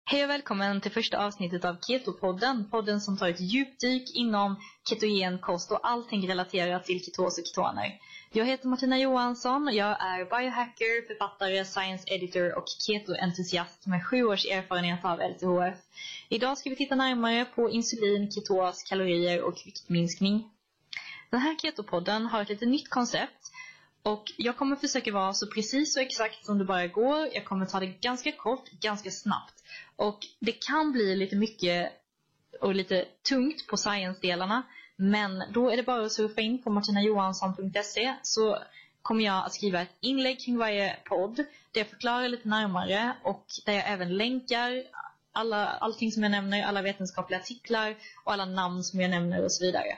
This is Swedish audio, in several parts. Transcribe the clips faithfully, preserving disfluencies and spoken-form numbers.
Hej och välkommen till första avsnittet av Keto-podden, podden som tar ett djupdyk inom ketogen kost och allting relaterat till ketos och ketoner. Jag heter Martina Johansson, jag är biohacker, författare, science editor och keto-entusiast med sju års erfarenhet av L C H F. Idag ska vi titta närmare på insulin, ketos, kalorier och viktminskning. Den här Keto-podden har ett lite nytt koncept. Och jag kommer försöka vara så precis och exakt som det bara går. Jag kommer ta det ganska kort, ganska snabbt. Och det kan bli lite mycket och lite tungt på science-delarna. Men då är det bara att surfa in på martina johansson punkt se, så kommer jag att skriva ett inlägg kring varje podd där jag förklarar lite närmare och där jag även länkar alla, allting som jag nämner, alla vetenskapliga artiklar och alla namn som jag nämner och så vidare.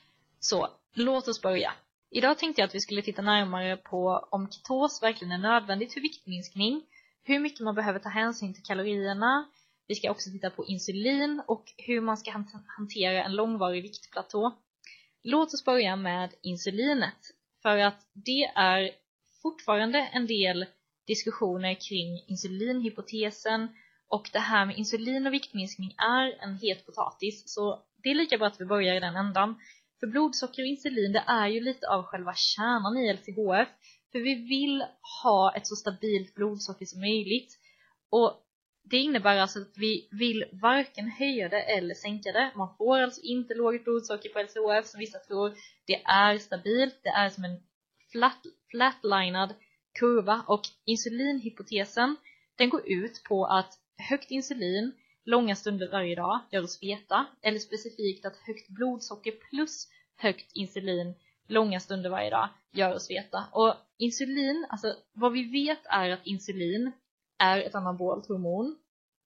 Så låt oss börja. Idag tänkte jag att vi skulle titta närmare på om ketos verkligen är nödvändigt för viktminskning, hur mycket man behöver ta hänsyn till kalorierna. Vi ska också titta på insulin och hur man ska hantera en långvarig viktplatå. Låt oss börja med insulinet, för att det är fortfarande en del diskussioner kring insulinhypotesen, och det här med insulin och viktminskning är en het potatis, så det är lika bra att vi börjar i den ändan. För blodsocker och insulin, det är ju lite av själva kärnan i L C H F. För vi vill ha ett så stabilt blodsocker som möjligt. Och det innebär alltså att vi vill varken höja det eller sänka det. Man får alltså inte lågt blodsocker på L C H F som vissa tror. Det är stabilt, det är som en flat, flatlinad kurva. Och insulinhypotesen, den går ut på att högt insulin långa stunder varje dag gör oss feta, eller specifikt att högt blodsocker plus högt insulin långa stunder varje dag gör oss feta. Och insulin, alltså vad vi vet är att insulin är ett anabolt hormon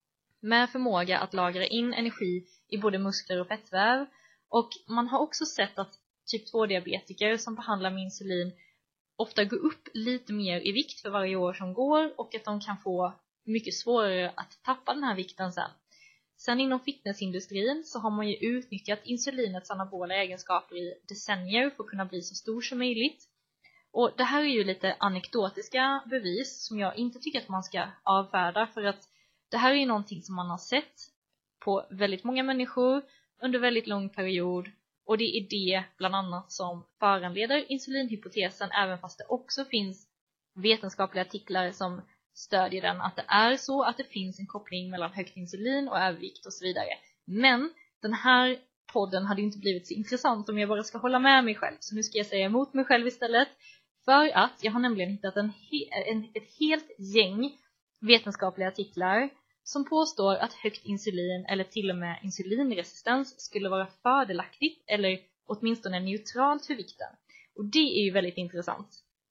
med förmåga att lagra in energi i både muskler och fettväv. Och man har också sett att typ två diabetiker som behandlar med insulin ofta går upp lite mer i vikt för varje år som går, och att de kan få mycket svårare att tappa den här vikten sen. Sen inom fitnessindustrin så har man ju utnyttjat insulinets anabola egenskaper i decennier för att kunna bli så stor som möjligt. Och det här är ju lite anekdotiska bevis som jag inte tycker att man ska avfärda, för att det här är ju någonting som man har sett på väldigt många människor under väldigt lång period. Och det är det bland annat som föranleder insulinhypotesen, även fast det också finns vetenskapliga artiklar som stödjer den, att det är så att det finns en koppling mellan högt insulin och övervikt och så vidare. Men den här podden hade ju inte blivit så intressant om jag bara ska hålla med mig själv. Så nu ska jag säga emot mig själv istället. För att jag har nämligen hittat en he- en, ett helt gäng vetenskapliga artiklar som påstår att högt insulin eller till och med insulinresistens skulle vara fördelaktigt eller åtminstone neutralt för vikten. Och det är ju väldigt intressant.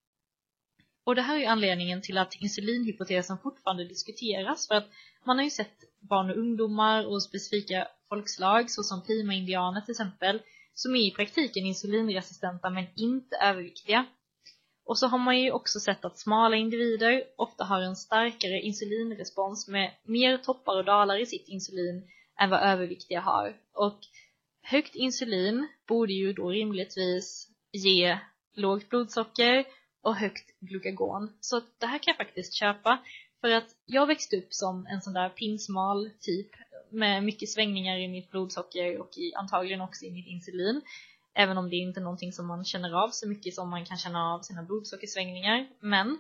Och det här är anledningen till att insulinhypotesen fortfarande diskuteras, för att man har ju sett barn och ungdomar och specifika folkslag såsom Pima-indianer till exempel, som är i praktiken insulinresistenta men inte överviktiga. Och så har man ju också sett att smala individer ofta har en starkare insulinrespons med mer toppar och dalar i sitt insulin än vad överviktiga har. Och högt insulin borde ju då rimligtvis ge lågt blodsocker och högt glukagon. Så det här kan jag faktiskt köpa, för att jag växte upp som en sån där pinsmal typ med mycket svängningar i mitt blodsocker och i, antagligen också i mitt insulin. Även om det inte är någonting som man känner av så mycket som man kan känna av sina blodsockersvängningar. Men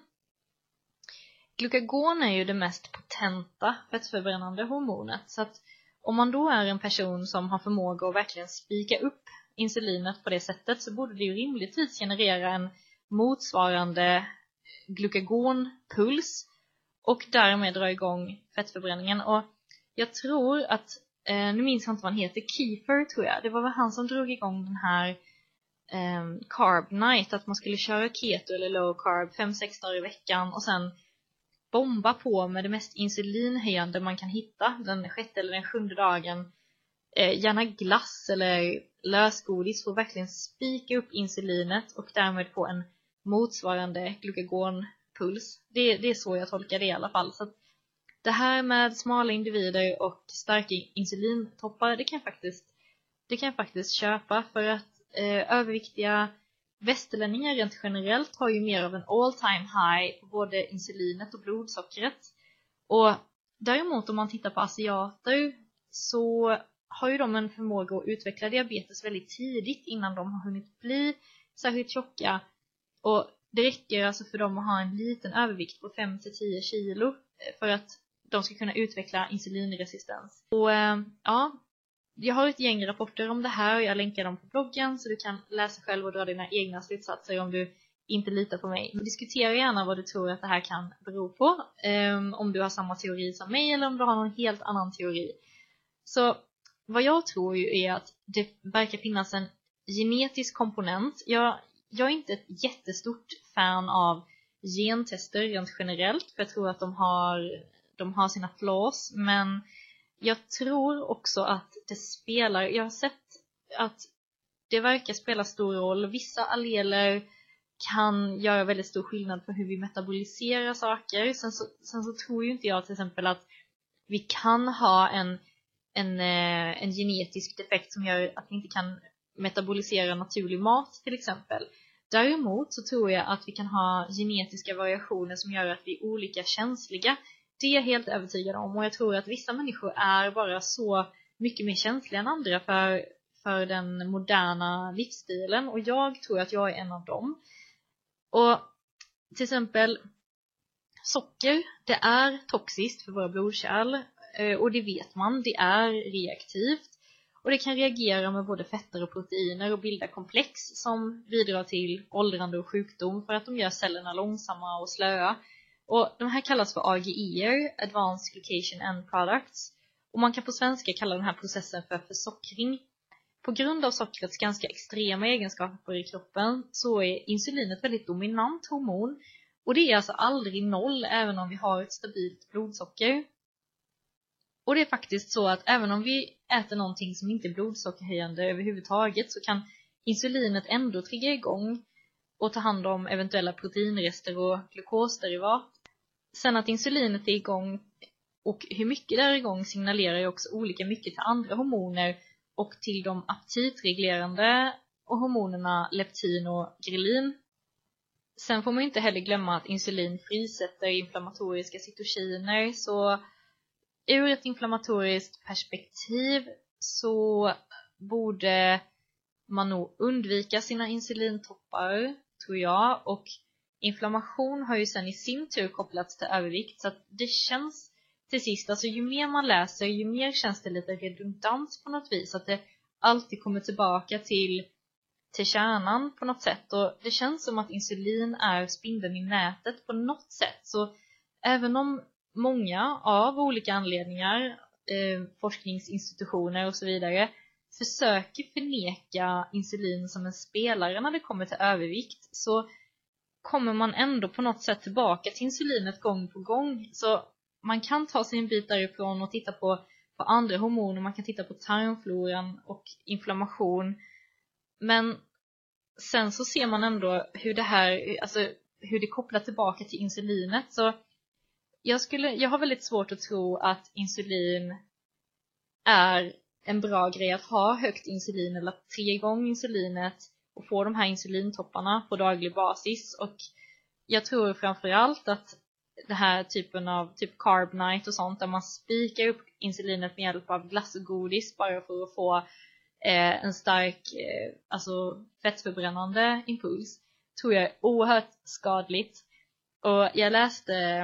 glukagon är ju det mest potenta fettförbrännande hormonet. Så att om man då är en person som har förmåga att verkligen spika upp insulinet på det sättet, så borde det ju rimligtvis generera en motsvarande glukagonpuls och därmed dra igång fettförbränningen. Och jag tror att, eh, nu minns jag inte vad han heter, Kiefer tror jag, det var väl han som drog igång den här eh, carb night, att man skulle köra keto eller low carb fem sex dagar i veckan och sen bomba på med det mest insulinhöjande man kan hitta den sjätte eller den sjunde dagen. Eh, gärna glass eller lösgodis för att verkligen spika upp insulinet och därmed få en motsvarande glukagonpuls. Det, det är så jag tolkar det i alla fall. Så att det här med smala individer och starka insulintoppar, det kan jag faktiskt, det kan jag faktiskt köpa, för att eh, överviktiga västerlänningar rent generellt har ju mer av en all time high på både insulinet och blodsockret. Och däremot om man tittar på asiater så har ju de en förmåga att utveckla diabetes väldigt tidigt innan de har hunnit bli särskilt tjocka. Och det räcker alltså för dem att ha en liten övervikt på fem till tio kilo för att de ska kunna utveckla insulinresistens. Och ja, jag har ett gäng rapporter om det här och jag länkar dem på bloggen så du kan läsa själv och dra dina egna slutsatser om du inte litar på mig. Men diskutera gärna vad du tror att det här kan bero på. Um, om du har samma teori som mig eller om du har någon helt annan teori. Så vad jag tror ju är att det verkar finnas en genetisk komponent. Jag, jag är inte ett jättestort fan av gentester rent generellt. För jag tror att de har, de har sina flaws. Men jag tror också att det spelar. Jag har sett att det verkar spela stor roll. Vissa alleler kan göra väldigt stor skillnad på hur vi metaboliserar saker. Sen så, sen så tror ju inte jag till exempel att vi kan ha en, en, en genetisk defekt som gör att vi inte kan metabolisera naturlig mat till exempel. Däremot så tror jag att vi kan ha genetiska variationer som gör att vi är olika känsliga. Det är jag helt övertygad om och jag tror att vissa människor är bara så mycket mer känsliga än andra för, för den moderna livsstilen och jag tror att jag är en av dem. Och till exempel socker, det är toxiskt för våra blodkärl och det vet man, det är reaktivt och det kan reagera med både fetter och proteiner och bilda komplex som bidrar till åldrande och sjukdom för att de gör cellerna långsamma och slöa. Och de här kallas för A G E, Advanced Glycation End Products, och man kan på svenska kalla den här processen för försockring. På grund av sockrets ganska extrema egenskaper i kroppen så är insulinet väldigt dominant hormon. Och det är alltså aldrig noll även om vi har ett stabilt blodsocker. Och det är faktiskt så att även om vi äter någonting som inte är blodsockerhöjande överhuvudtaget så kan insulinet ändå trigga igång och ta hand om eventuella proteinrester och glukosderivat. Sen att insulinet är igång och hur mycket det är igång signalerar ju också olika mycket till andra hormoner och till de aptitreglerande hormonerna leptin och grelin. Sen får man inte heller glömma att insulin frisätter inflammatoriska cytokiner. Så ur ett inflammatoriskt perspektiv så borde man nog undvika sina insulintoppar, tror jag. Och inflammation har ju sen i sin tur kopplats till övervikt. Så att det känns till sist, alltså ju mer man läser, ju mer känns det lite redundant på något vis. Att det alltid kommer tillbaka till, till kärnan på något sätt. Och det känns som att insulin är spindeln i nätet på något sätt. Så även om många av olika anledningar, eh, forskningsinstitutioner och så vidare, försöker förneka insulin som en spelare när det kommer till övervikt, så kommer man ändå på något sätt tillbaka till insulinet gång på gång. Så man kan ta sig en bit därifrån och titta på, på andra hormoner. Man kan titta på tarmfloran och inflammation. Men sen så ser man ändå hur det här, alltså hur det kopplar tillbaka till insulinet. Så jag, skulle, jag har väldigt svårt att tro att insulin är en bra grej att ha högt insulin eller att tre gånger insulinet och få de här insulintopparna på daglig basis. Och jag tror framförallt att det här typen av typ carb night och sånt där man spikar upp insulinet med hjälp av glass och godis bara för att få eh, en stark eh, alltså fettförbrännande impuls, tror jag är oerhört skadligt. Och jag läste eh,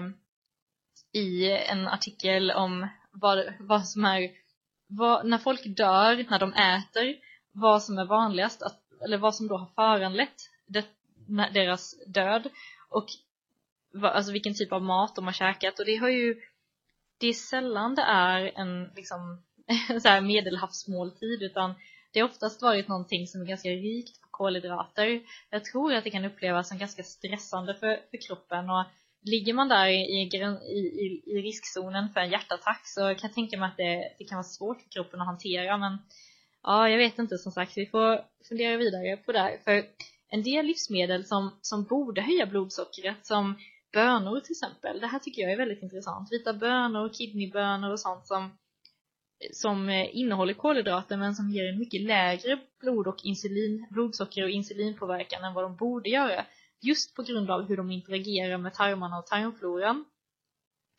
i en artikel om vad, vad som är vad, när folk dör när de äter, vad som är vanligast att, eller vad som då har föranlett det, deras död och vad, alltså vilken typ av mat de har käkat. Och det har ju det är sällan det är en liksom så här medelhavsmåltid, utan det har oftast varit någonting som är ganska rikt på kolhydrater. Jag tror att det kan upplevas som ganska stressande för, för kroppen, och ligger man där i, i, i, i riskzonen för en hjärtattack så kan jag tänka mig att det, det kan vara svårt för kroppen att hantera. Men ja, jag vet inte, som sagt, vi får fundera vidare på det här. För en del livsmedel som, som borde höja blodsockret, som bönor till exempel, det här tycker jag är väldigt intressant. Vita bönor, kidneybönor och sånt som, som innehåller kolhydrater men som ger en mycket lägre blod- och insulin, blodsocker och insulinpåverkan än vad de borde göra. Just på grund av hur de interagerar med tarmarna och tarmfloran.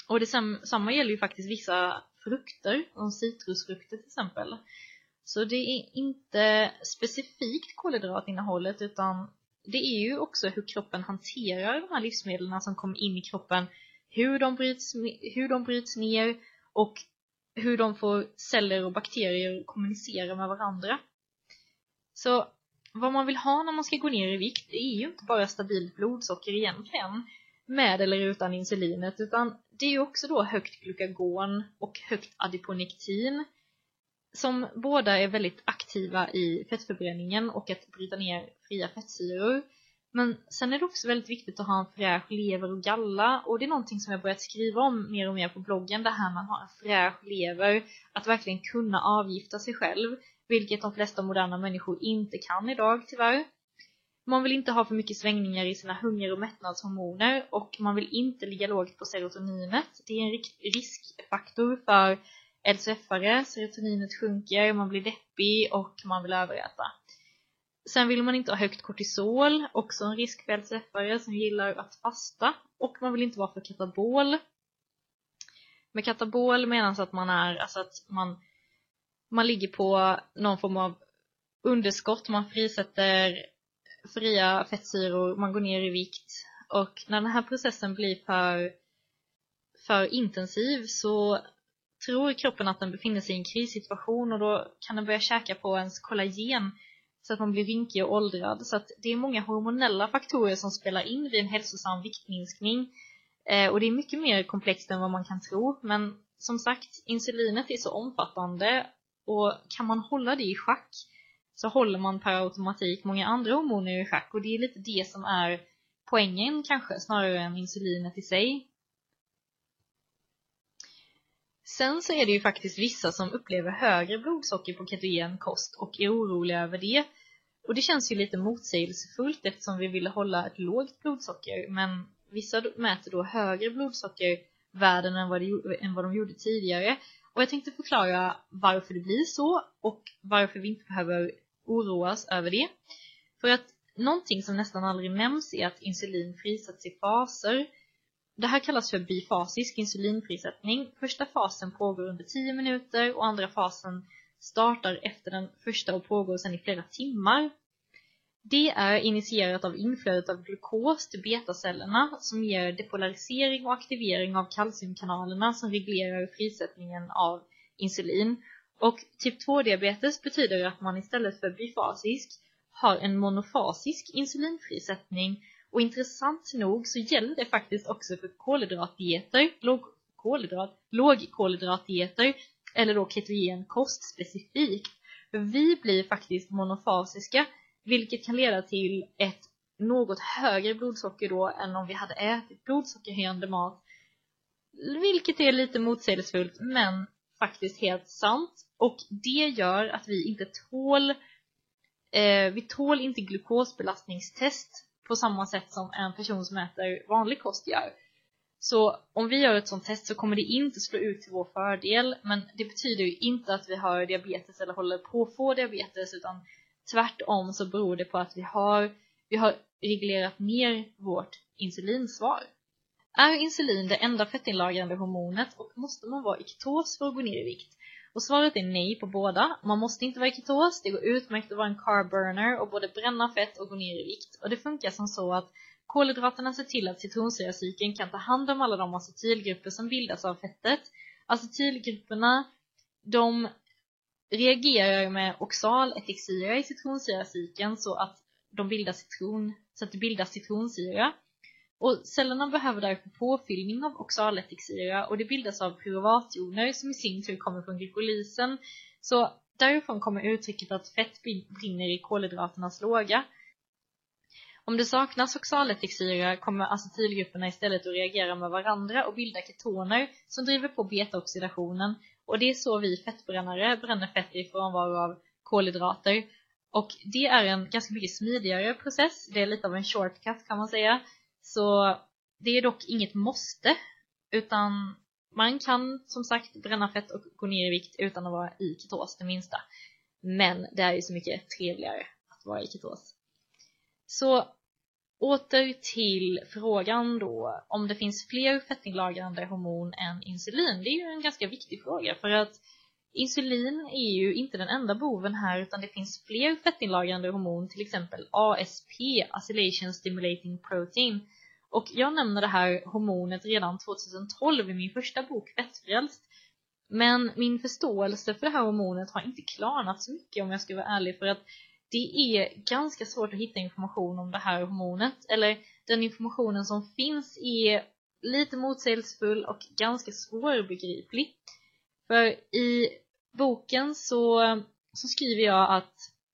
Och det sam- samma gäller ju faktiskt vissa frukter, som citrusfrukter till exempel. Så det är inte specifikt kolhydratinnehållet, utan det är ju också hur kroppen hanterar de här livsmedlen som kommer in i kroppen, hur de bryts, hur de bryts ner och hur de får celler och bakterier kommunicera med varandra. Så vad man vill ha när man ska gå ner i vikt är ju inte bara stabilt blodsocker egentligen, med eller utan insulinet, utan det är ju också då högt glukagon och högt adiponektin, som båda är väldigt aktiva i fettförbränningen och att bryta ner fria fettsyror. Men sen är det också väldigt viktigt att ha en fräsch lever och galla, och det är någonting som jag börjat skriva om mer och mer på bloggen, det här med att ha en fräsch lever, att verkligen kunna avgifta sig själv, vilket de flesta moderna människor inte kan idag tyvärr. Man vill inte ha för mycket svängningar i sina hunger- och mättnadshormoner, och man vill inte ligga lågt på serotoninet. Det är en riskfaktor för L C F-are, serotoninet sjunker, man blir deppig och man vill överäta. Sen vill man inte ha högt kortisol, också en risk för L C F-are som gillar att fasta, och man vill inte vara för katabol. Med katabol menas att man är, alltså att man, man ligger på någon form av underskott, man frisätter fria fettsyror, man går ner i vikt, och när den här processen blir för, för intensiv så tror kroppen att den befinner sig i en krissituation, och då kan den börja käka på ens kollagen så att man blir rynkig och åldrad. Så att det är många hormonella faktorer som spelar in vid en hälsosam viktminskning, eh, och det är mycket mer komplext än vad man kan tro. Men som sagt, insulinet är så omfattande, och kan man hålla det i schack så håller man per automatik många andra hormoner i schack, och det är lite det som är poängen kanske, snarare än insulinet i sig. Sen så är det ju faktiskt vissa som upplever högre blodsocker på ketogen kost och är oroliga över det. Och det känns ju lite motsägelsefullt eftersom vi ville hålla ett lågt blodsocker. Men vissa mäter då högre blodsockervärden än vad, de, än vad de gjorde tidigare. Och jag tänkte förklara varför det blir så och varför vi inte behöver oroas över det. För att någonting som nästan aldrig nämns är att insulin frisätts i faser. Det här kallas för bifasisk insulinfrisättning. Första fasen pågår under tio minuter och andra fasen startar efter den första och pågår sedan i flera timmar. Det är initierat av inflödet av glukos till betacellerna som ger depolarisering och aktivering av kalciumkanalerna som reglerar frisättningen av insulin. Och typ två-diabetes betyder att man istället för bifasisk har en monofasisk insulinfrisättning. Och intressant nog så gäller det faktiskt också för kolhydratdieter, låg, kolhydrat, lågkolhydratdieter eller då ketogen kost specifikt. För vi blir faktiskt monofasiska, vilket kan leda till ett något högre blodsocker då än om vi hade ätit blodsockerhöjande mat. Vilket är lite motsägelsefullt men faktiskt helt sant. Och det gör att vi inte tål, eh, vi tål inte glukosbelastningstest på samma sätt som en person som äter vanlig kost gör. Så om vi gör ett sånt test så kommer det inte slå ut till vår fördel. Men det betyder ju inte att vi har diabetes eller håller på att få diabetes. Utan tvärtom så beror det på att vi har, vi har reglerat ner vårt insulinsvar. Är insulin det enda fettinlagrande hormonet och måste man vara i ketos för att gå ner i vikt? Och svaret är nej på båda. Man måste inte vara i ketos, det går utmärkt att vara en carb burner och både bränna fett och gå ner i vikt. Och det funkar som så att kolhydraterna ser till att citronsyracykeln kan ta hand om alla de acetylgrupper som bildas av fettet. Acetylgrupperna, de reagerar med oxalättiksyra i citronsyracykeln så att de bildar citron, så att det bildas citronsyra. Och cellerna behöver därför påfyllning av oxalättiksyra och det bildas av pyruvatjoner som i sin tur kommer från glykolysen. Så därifrån kommer uttrycket att fett brinner i kolhydraternas låga. Om det saknas oxalättiksyra kommer acetylgrupperna istället att reagera med varandra och bilda ketoner som driver på betaoxidationen. Och det är så vi fettbrännare bränner fett i frånvaro av kolhydrater. Och det är en ganska mycket smidigare process. Det är lite av en shortcut kan man säga. Så det är dock inget måste, utan man kan som sagt bränna fett och gå ner i vikt utan att vara i ketos det minsta. Men det är ju så mycket trevligare att vara i ketos. Så åter till frågan då om det finns fler fettinlagrande hormon än insulin. Det är ju en ganska viktig fråga, för att insulin är ju inte den enda boven här, utan det finns fler fettinlagrande hormon, till exempel A S P, Acylation Stimulating Protein. Och jag nämnde det här hormonet redan tjugohundratolv i min första bok Fettfrälst. Men min förståelse för det här hormonet har inte klarnat så mycket, om jag ska vara ärlig, för att det är ganska svårt att hitta information om det här hormonet. Eller den informationen som finns är lite motsägelsefull och ganska svårbegriplig. För i boken så, så skriver jag att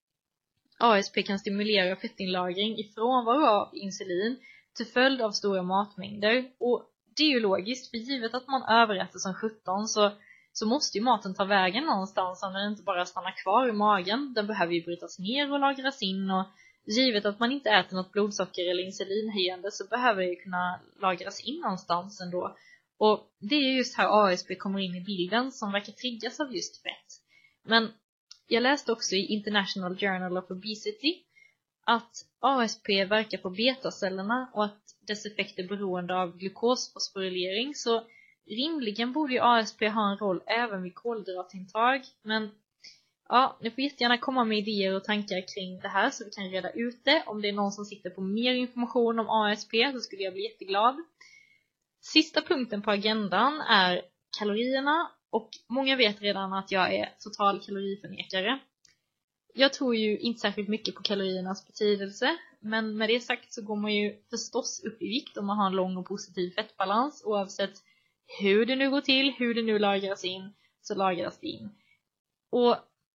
A S P kan stimulera fettinlagring i frånvaro av insulin till följd av stora matmängder. Och det är ju logiskt, för givet att man överäter som sjutton så, så måste ju maten ta vägen någonstans om den inte bara stannar kvar i magen. Den behöver ju brytas ner och lagras in, och givet att man inte äter något blodsocker eller insulinhöjande så behöver det kunna lagras in någonstans ändå. Och det är just här A S P kommer in i bilden, som verkar triggas av just fett. Men jag läste också i International Journal of Obesity att A S P verkar på betacellerna och att dess effekt är beroende av glukosfosforylering. Så rimligen borde ju A S P ha en roll även vid kolhydratintag. Men ja, ni får jättegärna komma med idéer och tankar kring det här så vi kan reda ut det. Om det är någon som sitter på mer information om A S P så skulle jag bli jätteglad. Sista punkten på agendan är kalorierna, och många vet redan att jag är total kaloriförnekare. Jag tror ju inte särskilt mycket på kaloriernas betydelse, men med det sagt så går man ju förstås upp i vikt om man har en lång och positiv fettbalans. Oavsett hur det nu går till, hur det nu lagras in, så lagras det in. Och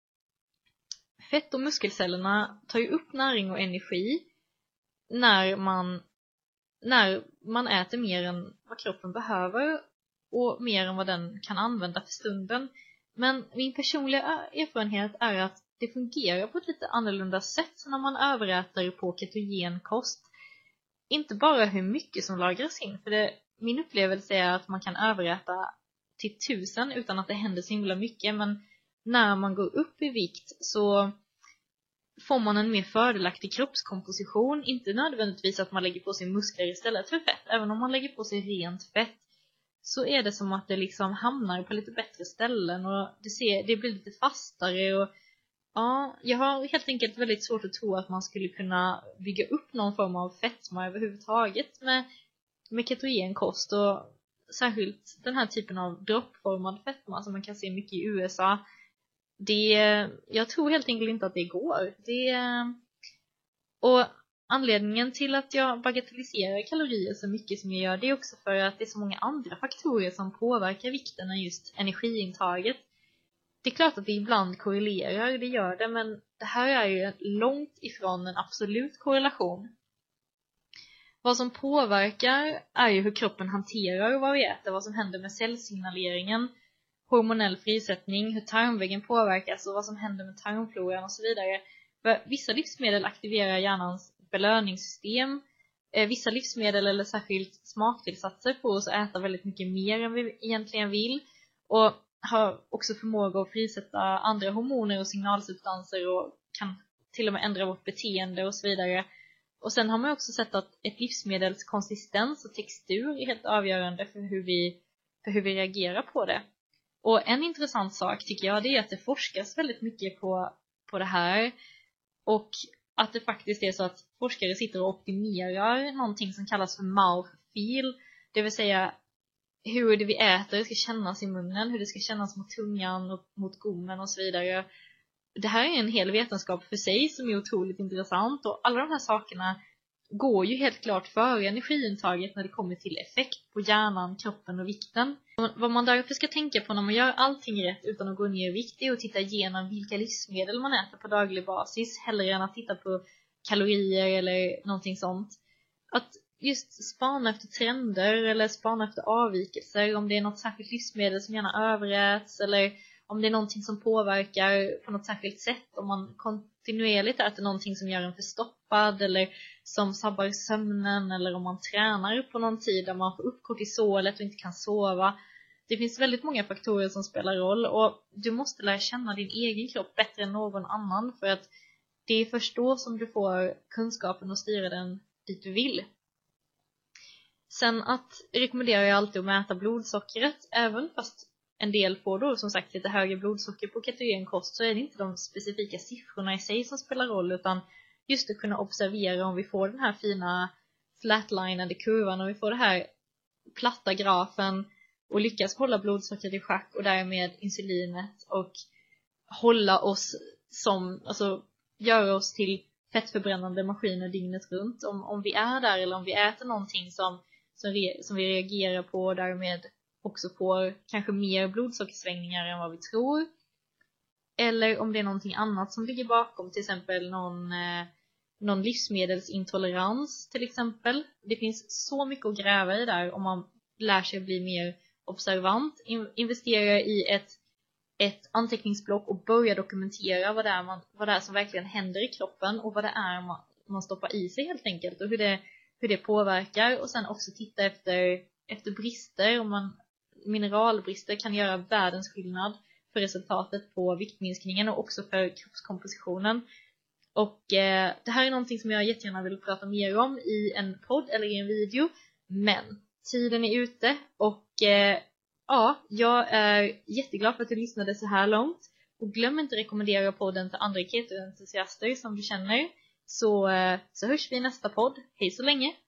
fett- och muskelcellerna tar ju upp näring och energi när man när man äter mer än vad kroppen behöver och mer än vad den kan använda för stunden. Men min personliga erfarenhet är att det fungerar på ett lite annorlunda sätt när man överäter på ketogen kost. Inte bara hur mycket som lagras in, för det, min upplevelse är att man kan överäta till tusen utan att det händer så himla mycket. Men när man går upp i vikt så får man en mer fördelaktig kroppskomposition. Inte nödvändigtvis att man lägger på sig muskler istället för fett. Även om man lägger på sig rent fett så är det som att det liksom hamnar på lite bättre ställen. Och det, ser, det blir lite fastare. Och ja, jag har helt enkelt väldigt svårt att tro att man skulle kunna bygga upp någon form av fetma överhuvudtaget med, med ketogenkost. Och särskilt den här typen av droppformad fetma som man kan se mycket i U S A. Det, jag tror helt enkelt inte att det går. Det, och anledningen till att jag bagatelliserar kalorier så mycket som jag gör, det är också för att det är så många andra faktorer som påverkar vikten än just energiintaget. Det är klart att det ibland korrelerar, det gör det, men det här är ju långt ifrån en absolut korrelation. Vad som påverkar är ju hur kroppen hanterar vad vi äter, vad som händer med cellsignaleringen, hormonell frisättning, hur tarmväggen påverkas och vad som händer med tarmfloran och så vidare. För vissa livsmedel aktiverar hjärnans belöningssystem. Eh, vissa livsmedel eller särskilt smaktillsatser får oss att äta väldigt mycket mer än vi egentligen vill. Och har också förmåga att frisätta andra hormoner och signalsubstanser och kan till och med ändra vårt beteende och så vidare. Och sen har man också sett att ett livsmedels konsistens och textur är helt avgörande för hur vi, för hur vi reagerar på det. Och en intressant sak tycker jag, det är att det forskas väldigt mycket på, på det här. Och att det faktiskt är så att forskare sitter och optimerar någonting som kallas för mouth feel. Det vill säga hur det vi äter ska kännas i munnen, hur det ska kännas mot tungan och mot gommen och så vidare. Det här är en hel vetenskap för sig som är otroligt intressant. Och alla de här sakerna går ju helt klart före energiintaget när det kommer till effekt på hjärnan, kroppen och vikten. Vad man därför ska tänka på när man gör allting rätt utan att gå ner i vikt är att titta igenom vilka livsmedel man äter på daglig basis, hellre än att titta på kalorier eller någonting sånt. Att just spana efter trender eller spana efter avvikelser, om det är något särskilt livsmedel som gärna överäts eller om det är någonting som påverkar på något särskilt sätt, om man kontinuerligt äter någonting som gör en förstoppad eller som sabbar sömnen, eller om man tränar på någon tid där man får upp kortisolet och inte kan sova. Det finns väldigt många faktorer som spelar roll, och du måste lära känna din egen kropp bättre än någon annan, för att det är först då som du får kunskapen att styra den dit du vill. Sen att rekommenderar jag alltid att mäta blodsockret, även fast en del får då som sagt lite högre blodsocker på ketogen kost, så är det inte de specifika siffrorna i sig som spelar roll, utan just att kunna observera om vi får den här fina flatlinade kurvan, och vi får det här platta grafen och lyckas hålla blodsockret i schack och därmed insulinet och hålla oss som, alltså göra oss till fettförbrännande maskiner dygnet runt. Om, om vi är där, eller om vi äter någonting som, som, re, som vi reagerar på och därmed också får kanske mer blodsockersvängningar än vad vi tror. Eller om det är någonting annat som ligger bakom, till exempel någon, eh, någon livsmedelsintolerans till exempel. Det finns så mycket att gräva i där om man lär sig bli mer observant, in, investera i ett, ett anteckningsblock och börja dokumentera vad det, är man, vad det är som verkligen händer i kroppen och vad det är man, man stoppar i sig helt enkelt, och hur det, hur det påverkar. Och sen också titta efter, efter brister. Om man, mineralbrister kan göra världens skillnad för resultatet på viktminskningen och också för kroppskompositionen. Och eh, det här är någonting som jag jättegärna vill prata mer om i en podd eller i en video, men tiden är ute och eh, ja, jag är jätteglad för att du lyssnade så här långt, och glöm inte att rekommendera podden till andra ketoentusiaster som du känner, så, eh, så hörs vi i nästa podd. Hej så länge!